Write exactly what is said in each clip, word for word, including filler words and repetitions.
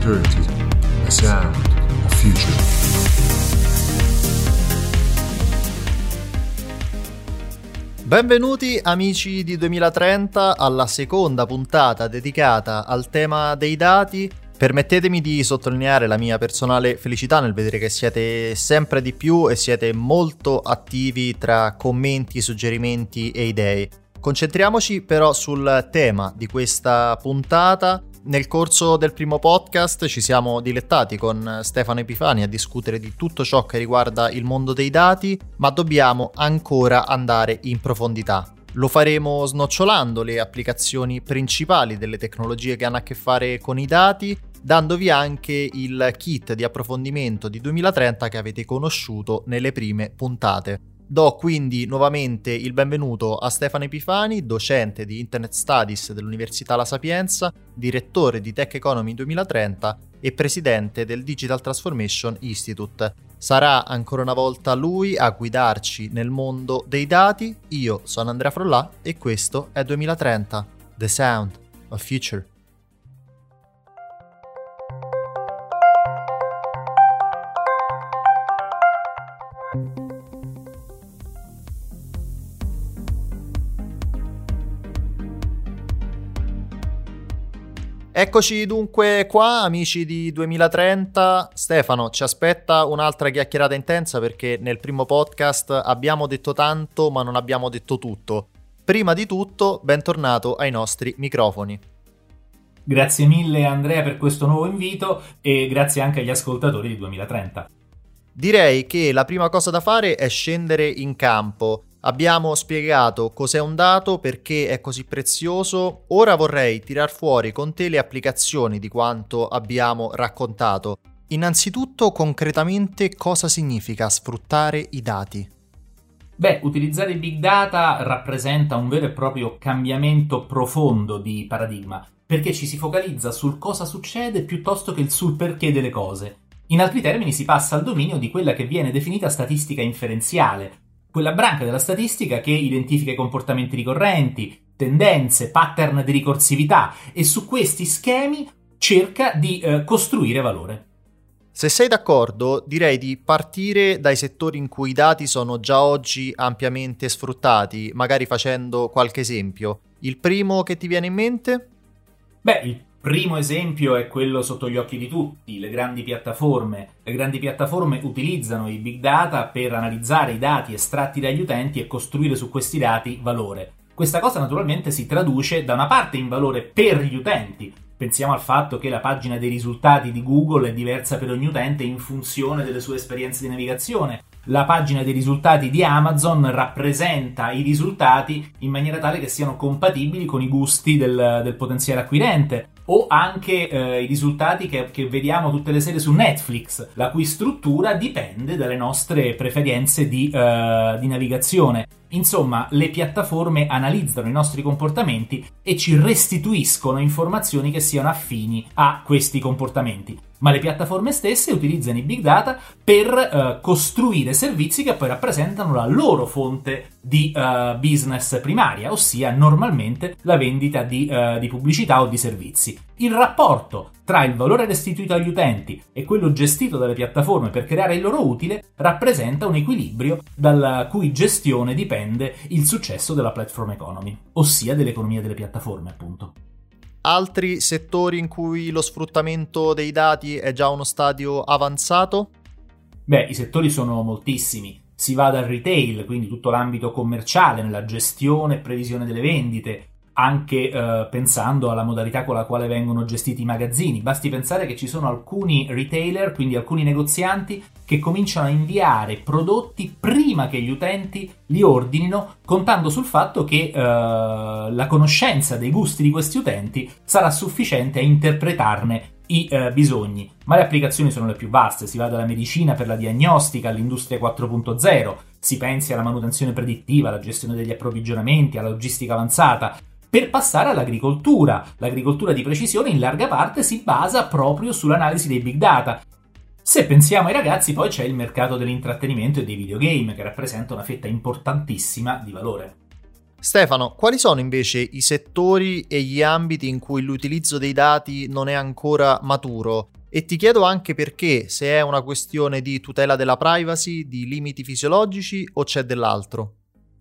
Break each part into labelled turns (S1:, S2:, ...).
S1: Prosperity, the sound of future.
S2: Benvenuti amici di duemilatrenta alla seconda puntata dedicata al tema dei dati. Permettetemi di sottolineare la mia personale felicità nel vedere che siete sempre di più e siete molto attivi tra commenti, suggerimenti e idee. Concentriamoci però sul tema di questa puntata. Nel corso del primo podcast ci siamo dilettati con Stefano Epifani a discutere di tutto ciò che riguarda il mondo dei dati, ma dobbiamo ancora andare in profondità. Lo faremo snocciolando le applicazioni principali delle tecnologie che hanno a che fare con i dati, dandovi anche il kit di approfondimento di duemilatrenta che avete conosciuto nelle prime puntate. Do quindi nuovamente il benvenuto a Stefano Epifani, docente di Internet Studies dell'Università La Sapienza, direttore di Tech Economy duemilatrenta e presidente del Digital Transformation Institute. Sarà ancora una volta lui a guidarci nel mondo dei dati. Io sono Andrea Frollà e questo è duemilatrenta, The Sound of Future. Eccoci dunque qua, amici di duemilatrenta. Stefano, ci aspetta un'altra chiacchierata intensa perché nel primo podcast abbiamo detto tanto ma non abbiamo detto tutto. Prima di tutto, bentornato ai nostri microfoni.
S3: Grazie mille Andrea per questo nuovo invito e grazie anche agli ascoltatori di duemilatrenta.
S2: Direi che la prima cosa da fare è scendere in campo. Abbiamo spiegato cos'è un dato, perché è così prezioso. Ora vorrei tirar fuori con te le applicazioni di quanto abbiamo raccontato. Innanzitutto, concretamente, cosa significa sfruttare i dati?
S3: Beh, utilizzare i big data rappresenta un vero e proprio cambiamento profondo di paradigma, perché ci si focalizza sul cosa succede piuttosto che sul perché delle cose. In altri termini, si passa al dominio di quella che viene definita statistica inferenziale, quella branca della statistica che identifica i comportamenti ricorrenti, tendenze, pattern di ricorsività e su questi schemi cerca di eh, costruire valore.
S2: Se sei d'accordo, direi di partire dai settori in cui i dati sono già oggi ampiamente sfruttati, magari facendo qualche esempio. Il primo che ti viene in mente?
S3: Beh, il primo esempio è quello sotto gli occhi di tutti, le grandi piattaforme. Le grandi piattaforme utilizzano i big data per analizzare i dati estratti dagli utenti e costruire su questi dati valore. Questa cosa naturalmente si traduce da una parte in valore per gli utenti. Pensiamo al fatto che la pagina dei risultati di Google è diversa per ogni utente in funzione delle sue esperienze di navigazione. La pagina dei risultati di Amazon rappresenta i risultati in maniera tale che siano compatibili con i gusti del, del potenziale acquirente. O anche eh, i risultati che, che vediamo tutte le sere su Netflix, la cui struttura dipende dalle nostre preferenze di, uh, di navigazione. Insomma, le piattaforme analizzano i nostri comportamenti e ci restituiscono informazioni che siano affini a questi comportamenti. Ma le piattaforme stesse utilizzano i big data per uh, costruire servizi che poi rappresentano la loro fonte di uh, business primaria, ossia normalmente la vendita di, uh, di pubblicità o di servizi. Il rapporto tra il valore restituito agli utenti e quello gestito dalle piattaforme per creare il loro utile rappresenta un equilibrio dalla cui gestione dipende il successo della platform economy, ossia dell'economia delle piattaforme, appunto.
S2: Altri settori in cui lo sfruttamento dei dati è già a uno stadio avanzato?
S3: Beh, i settori sono moltissimi. Si va dal retail, quindi tutto l'ambito commerciale, nella gestione e previsione delle vendite, anche eh, pensando alla modalità con la quale vengono gestiti i magazzini. Basti pensare che ci sono alcuni retailer, quindi alcuni negozianti, che cominciano a inviare prodotti prima che gli utenti li ordinino, contando sul fatto che eh, la conoscenza dei gusti di questi utenti sarà sufficiente a interpretarne i eh, bisogni. Ma le applicazioni sono le più vaste, si va dalla medicina per la diagnostica all'industria quattro punto zero, si pensi alla manutenzione predittiva, alla gestione degli approvvigionamenti, alla logistica avanzata, per passare all'agricoltura. L'agricoltura di precisione in larga parte si basa proprio sull'analisi dei big data. Se pensiamo ai ragazzi, poi c'è il mercato dell'intrattenimento e dei videogame, che rappresenta una fetta importantissima di valore.
S2: Stefano, quali sono invece i settori e gli ambiti in cui l'utilizzo dei dati non è ancora maturo? E ti chiedo anche perché, se è una questione di tutela della privacy, di limiti fisiologici o c'è dell'altro?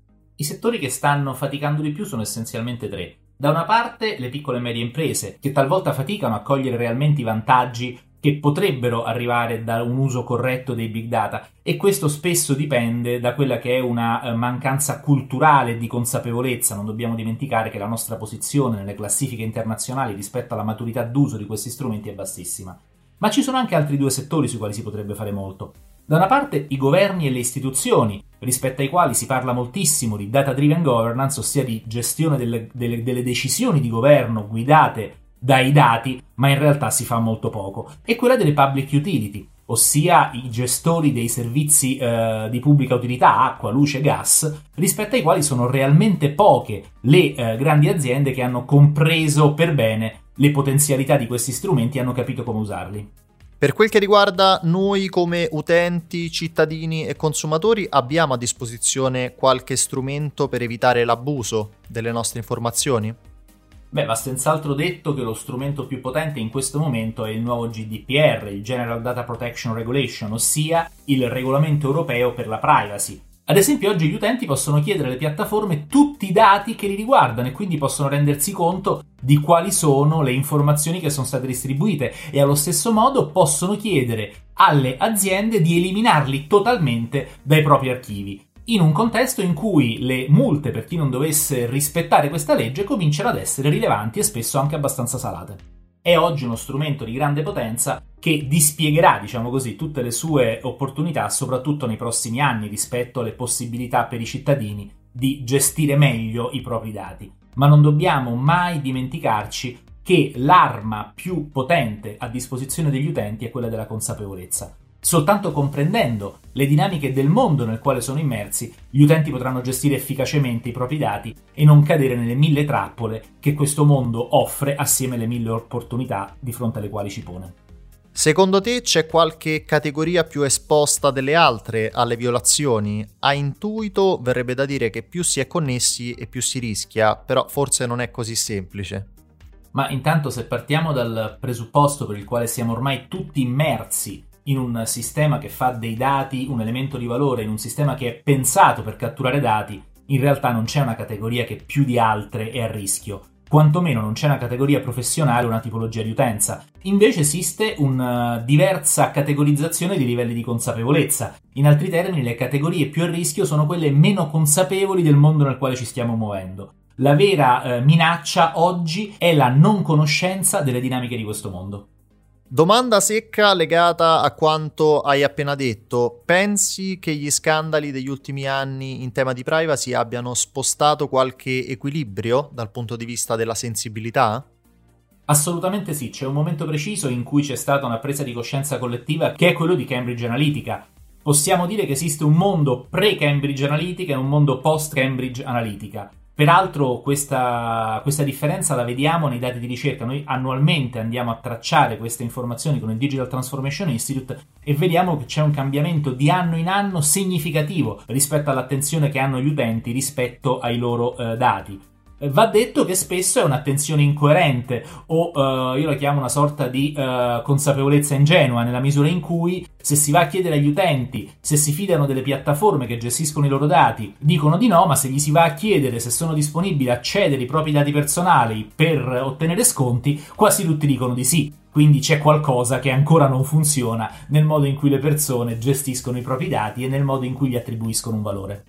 S3: I settori che stanno faticando di più sono essenzialmente tre. Da una parte le piccole e medie imprese, che talvolta faticano a cogliere realmente i vantaggi che potrebbero arrivare da un uso corretto dei big data, e questo spesso dipende da quella che è una mancanza culturale di consapevolezza. Non dobbiamo dimenticare che la nostra posizione nelle classifiche internazionali rispetto alla maturità d'uso di questi strumenti è bassissima. Ma ci sono anche altri due settori sui quali si potrebbe fare molto. Da una parte i governi e le istituzioni, rispetto ai quali si parla moltissimo di data-driven governance, ossia di gestione delle, delle, delle decisioni di governo guidate dai dati, ma in realtà si fa molto poco, e quella delle public utility, ossia i gestori dei servizi eh, di pubblica utilità, acqua, luce, gas, rispetto ai quali sono realmente poche le eh, grandi aziende che hanno compreso per bene le potenzialità di questi strumenti e hanno capito come usarli.
S2: Per quel che riguarda noi come utenti, cittadini e consumatori, abbiamo a disposizione qualche strumento per evitare l'abuso delle nostre informazioni?
S3: Beh, va senz'altro detto che lo strumento più potente in questo momento è il nuovo G D P R, il General Data Protection Regulation, ossia il regolamento europeo per la privacy. Ad esempio, oggi gli utenti possono chiedere alle piattaforme tutti i dati che li riguardano e quindi possono rendersi conto di quali sono le informazioni che sono state distribuite, e allo stesso modo possono chiedere alle aziende di eliminarli totalmente dai propri archivi, in un contesto in cui le multe per chi non dovesse rispettare questa legge cominciano ad essere rilevanti e spesso anche abbastanza salate. È oggi uno strumento di grande potenza che dispiegherà, diciamo così, tutte le sue opportunità, soprattutto nei prossimi anni, rispetto alle possibilità per i cittadini di gestire meglio i propri dati. Ma non dobbiamo mai dimenticarci che l'arma più potente a disposizione degli utenti è quella della consapevolezza. Soltanto comprendendo le dinamiche del mondo nel quale sono immersi, gli utenti potranno gestire efficacemente i propri dati e non cadere nelle mille trappole che questo mondo offre assieme alle mille opportunità di fronte alle quali ci pone.
S2: Secondo te c'è qualche categoria più esposta delle altre alle violazioni? A intuito verrebbe da dire che più si è connessi e più si rischia, però forse non è così semplice.
S3: Ma intanto, se partiamo dal presupposto per il quale siamo ormai tutti immersi in un sistema che fa dei dati un elemento di valore, in un sistema che è pensato per catturare dati, in realtà non c'è una categoria che più di altre è a rischio. Quantomeno non c'è una categoria professionale o una tipologia di utenza. Invece esiste una diversa categorizzazione di livelli di consapevolezza. In altri termini, le categorie più a rischio sono quelle meno consapevoli del mondo nel quale ci stiamo muovendo. La vera eh, minaccia oggi è la non conoscenza delle dinamiche di questo mondo.
S2: Domanda secca legata a quanto hai appena detto. Pensi che gli scandali degli ultimi anni in tema di privacy abbiano spostato qualche equilibrio dal punto di vista della sensibilità?
S3: Assolutamente sì, c'è un momento preciso in cui c'è stata una presa di coscienza collettiva, che è quello di Cambridge Analytica. Possiamo dire che esiste un mondo pre-Cambridge Analytica e un mondo post-Cambridge Analytica. Peraltro questa, questa differenza la vediamo nei dati di ricerca. Noi annualmente andiamo a tracciare queste informazioni con il Digital Transformation Institute e vediamo che c'è un cambiamento di anno in anno significativo rispetto all'attenzione che hanno gli utenti rispetto ai loro eh, dati. Va detto che spesso è un'attenzione incoerente o uh, io la chiamo una sorta di uh, consapevolezza ingenua, nella misura in cui, se si va a chiedere agli utenti se si fidano delle piattaforme che gestiscono i loro dati, dicono di no, ma se gli si va a chiedere se sono disponibili a cedere i propri dati personali per ottenere sconti, quasi tutti dicono di sì. Quindi c'è qualcosa che ancora non funziona nel modo in cui le persone gestiscono i propri dati e nel modo in cui gli attribuiscono un valore.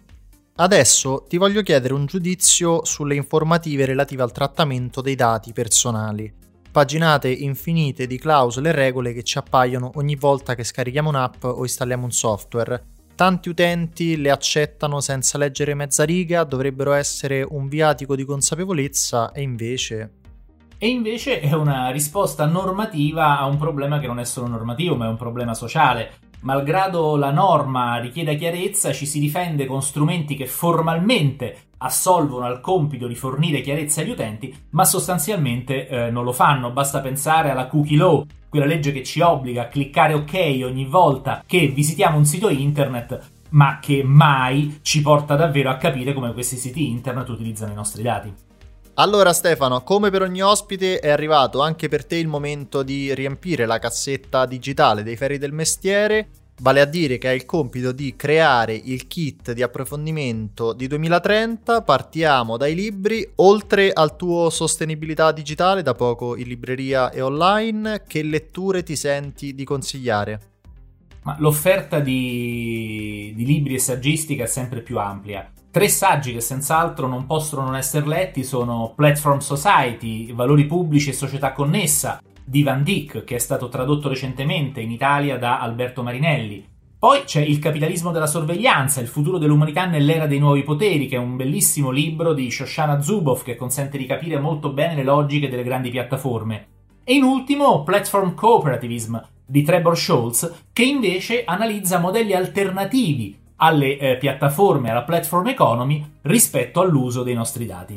S2: Adesso ti voglio chiedere un giudizio sulle informative relative al trattamento dei dati personali. Paginate infinite di clausole e regole che ci appaiono ogni volta che scarichiamo un'app o installiamo un software. Tanti utenti le accettano senza leggere mezza riga, dovrebbero essere un viatico di consapevolezza e invece...
S3: E invece è una risposta normativa a un problema che non è solo normativo, ma è un problema sociale. Malgrado la norma richieda chiarezza, ci si difende con strumenti che formalmente assolvono al compito di fornire chiarezza agli utenti, ma sostanzialmente eh, non lo fanno. Basta pensare alla cookie law, quella legge che ci obbliga a cliccare ok ogni volta che visitiamo un sito internet, ma che mai ci porta davvero a capire come questi siti internet utilizzano i nostri dati.
S2: Allora Stefano, come per ogni ospite è arrivato anche per te il momento di riempire la cassetta digitale dei Ferri del Mestiere, vale a dire che hai il compito di creare il kit di approfondimento di duemilatrenta. Partiamo dai libri. Oltre al tuo sostenibilità digitale, da poco in libreria e online, che letture ti senti di consigliare?
S3: Ma l'offerta di, di libri e saggistica è sempre più amplia. Tre saggi che senz'altro non possono non essere letti sono Platform Society, Valori pubblici e società connessa, di Van Dyck, che è stato tradotto recentemente in Italia da Alberto Marinelli. Poi c'è Il capitalismo della sorveglianza, il futuro dell'umanità nell'era dei nuovi poteri, che è un bellissimo libro di Shoshana Zuboff che consente di capire molto bene le logiche delle grandi piattaforme. E in ultimo Platform Cooperativism di Trebor Scholz, che invece analizza modelli alternativi alle eh, piattaforme, alla platform economy rispetto all'uso dei nostri dati.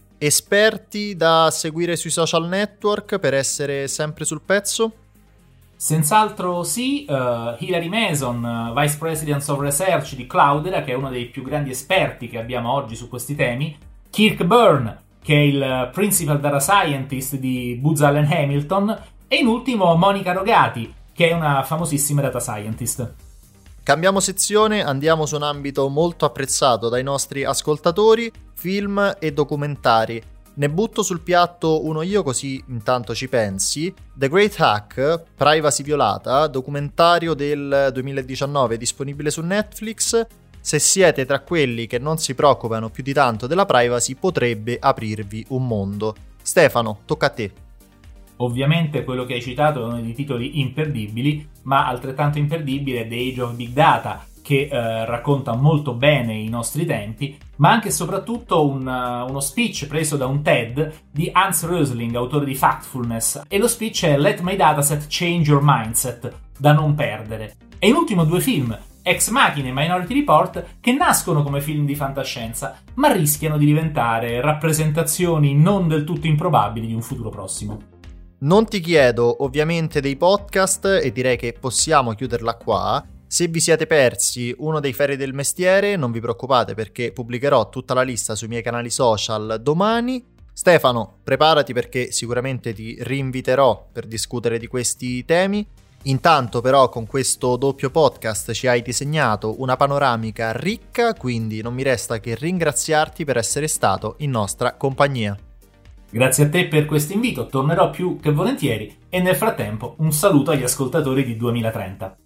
S2: Esperti da seguire sui social network per essere sempre sul pezzo?
S3: Senz'altro sì. uh, Hilary Mason, Vice President of Research di Cloudera, che è uno dei più grandi esperti che abbiamo oggi su questi temi, Kirk Byrne, che è il Principal Data Scientist di Booz Allen Hamilton, e in ultimo Monica Rogati, che è una famosissima data scientist.
S2: Cambiamo sezione, andiamo su un ambito molto apprezzato dai nostri ascoltatori, film e documentari. Ne butto sul piatto uno io così intanto ci pensi. The Great Hack, Privacy violata, documentario del duemiladiciannove disponibile su Netflix. Se siete tra quelli che non si preoccupano più di tanto della privacy, potrebbe aprirvi un mondo. Stefano, tocca a te.
S3: Ovviamente quello che hai citato è uno dei titoli imperdibili, ma altrettanto imperdibile è The Age of Big Data, che eh, racconta molto bene i nostri tempi, ma anche e soprattutto un, uh, uno speech preso da un TED di Hans Rosling, autore di Factfulness, e lo speech è Let My Dataset Change Your Mindset, da non perdere. E in ultimo due film, Ex Machina e Minority Report, che nascono come film di fantascienza, ma rischiano di diventare rappresentazioni non del tutto improbabili di un futuro prossimo.
S2: Non ti chiedo ovviamente dei podcast e direi che possiamo chiuderla qua. Se vi siete persi uno dei Ferri del Mestiere, non vi preoccupate perché pubblicherò tutta la lista sui miei canali social domani. Stefano, preparati perché sicuramente ti rinviterò per discutere di questi temi. Intanto però con questo doppio podcast ci hai disegnato una panoramica ricca, quindi non mi resta che ringraziarti per essere stato in nostra compagnia.
S3: Grazie a te per questo invito, tornerò più che volentieri e nel frattempo un saluto agli ascoltatori di duemilatrenta.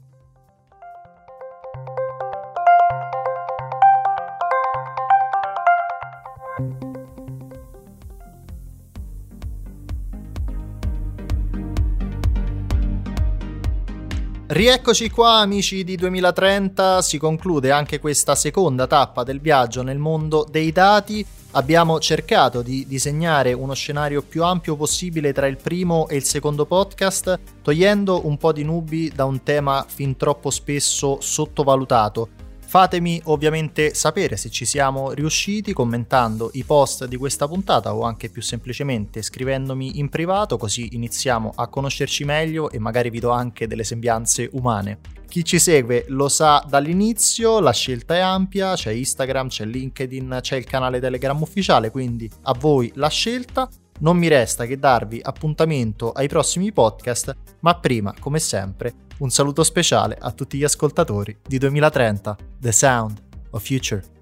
S2: Rieccoci qua amici di duemilatrenta, si conclude anche questa seconda tappa del viaggio nel mondo dei dati. Abbiamo cercato di disegnare uno scenario più ampio possibile tra il primo e il secondo podcast, togliendo un po' di nubi da un tema fin troppo spesso sottovalutato. Fatemi ovviamente sapere se ci siamo riusciti commentando i post di questa puntata o anche più semplicemente scrivendomi in privato, così iniziamo a conoscerci meglio e magari vi do anche delle sembianze umane. Chi ci segue lo sa dall'inizio, la scelta è ampia, c'è Instagram, c'è LinkedIn, c'è il canale Telegram ufficiale, quindi a voi la scelta. Non mi resta che darvi appuntamento ai prossimi podcast, ma prima, come sempre, un saluto speciale a tutti gli ascoltatori di duemilatrenta, The Sound of Future.